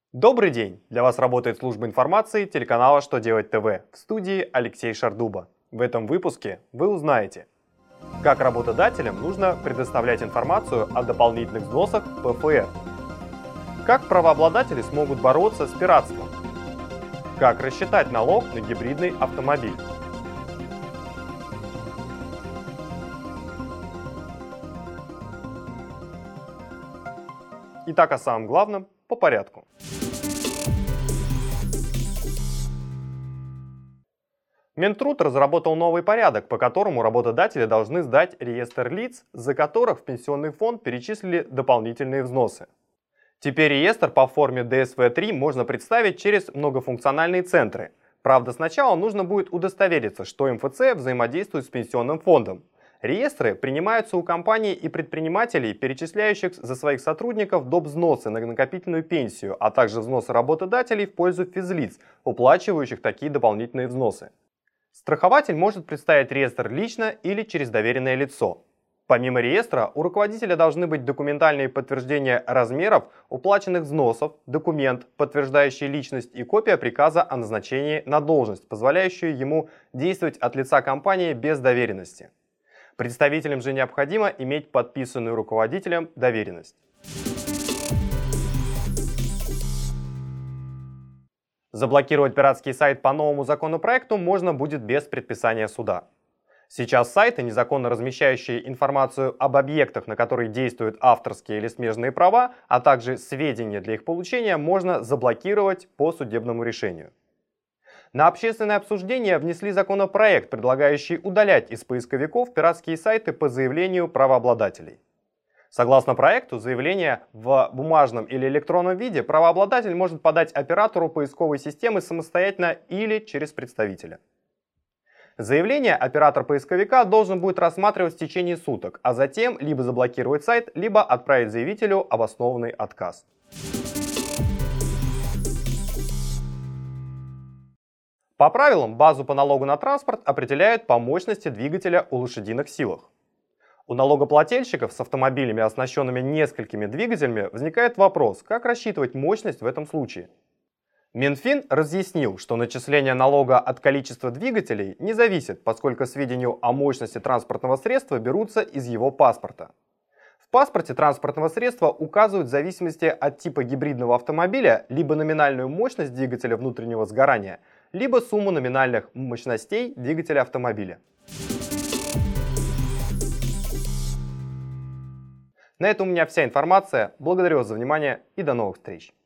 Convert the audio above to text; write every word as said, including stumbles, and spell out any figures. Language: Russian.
Добрый день! Для вас работает служба информации телеканала «Что делать ТВ», в студии Алексей Шардуба. В этом выпуске вы узнаете, как работодателям нужно предоставлять информацию о дополнительных взносах в ПФР, как правообладатели смогут бороться с пиратством, как рассчитать налог на гибридный автомобиль. Итак, о самом главном по порядку. Минтруд разработал новый порядок, по которому работодатели должны сдать реестр лиц, за которых в пенсионный фонд перечислили дополнительные взносы. Теперь реестр по форме дэ эс вэ три можно представить через многофункциональные центры. Правда, сначала нужно будет удостовериться, что эм эф цэ взаимодействует с пенсионным фондом. Реестры принимаются у компаний и предпринимателей, перечисляющих за своих сотрудников доп. Взносы на накопительную пенсию, а также взносы работодателей в пользу физлиц, уплачивающих такие дополнительные взносы. Страхователь может представить реестр лично или через доверенное лицо. Помимо реестра, у руководителя должны быть документальные подтверждения размеров уплаченных взносов, документ, подтверждающий личность и копия приказа о назначении на должность, позволяющую ему действовать от лица компании без доверенности. Представителям же необходимо иметь подписанную руководителем доверенность. Заблокировать пиратский сайт по новому законопроекту можно будет без предписания суда. Сейчас сайты, незаконно размещающие информацию об объектах, на которые действуют авторские или смежные права, а также сведения для их получения, можно заблокировать по судебному решению. На общественное обсуждение внесли законопроект, предлагающий удалять из поисковиков пиратские сайты по заявлению правообладателей. Согласно проекту, заявление в бумажном или электронном виде правообладатель может подать оператору поисковой системы самостоятельно или через представителя. Заявление оператор поисковика должен будет рассматривать в течение суток, а затем либо заблокировать сайт, либо отправить заявителю обоснованный отказ. По правилам, базу по налогу на транспорт определяют по мощности двигателя у лошадиных силах. У налогоплательщиков с автомобилями, оснащенными несколькими двигателями, возникает вопрос, как рассчитывать мощность в этом случае. Минфин разъяснил, что начисление налога от количества двигателей не зависит, поскольку сведения о мощности транспортного средства берутся из его паспорта. В паспорте транспортного средства указывают в зависимости от типа гибридного автомобиля либо номинальную мощность двигателя внутреннего сгорания, либо сумму номинальных мощностей двигателя автомобиля. На этом у меня вся информация. Благодарю вас за внимание и до новых встреч.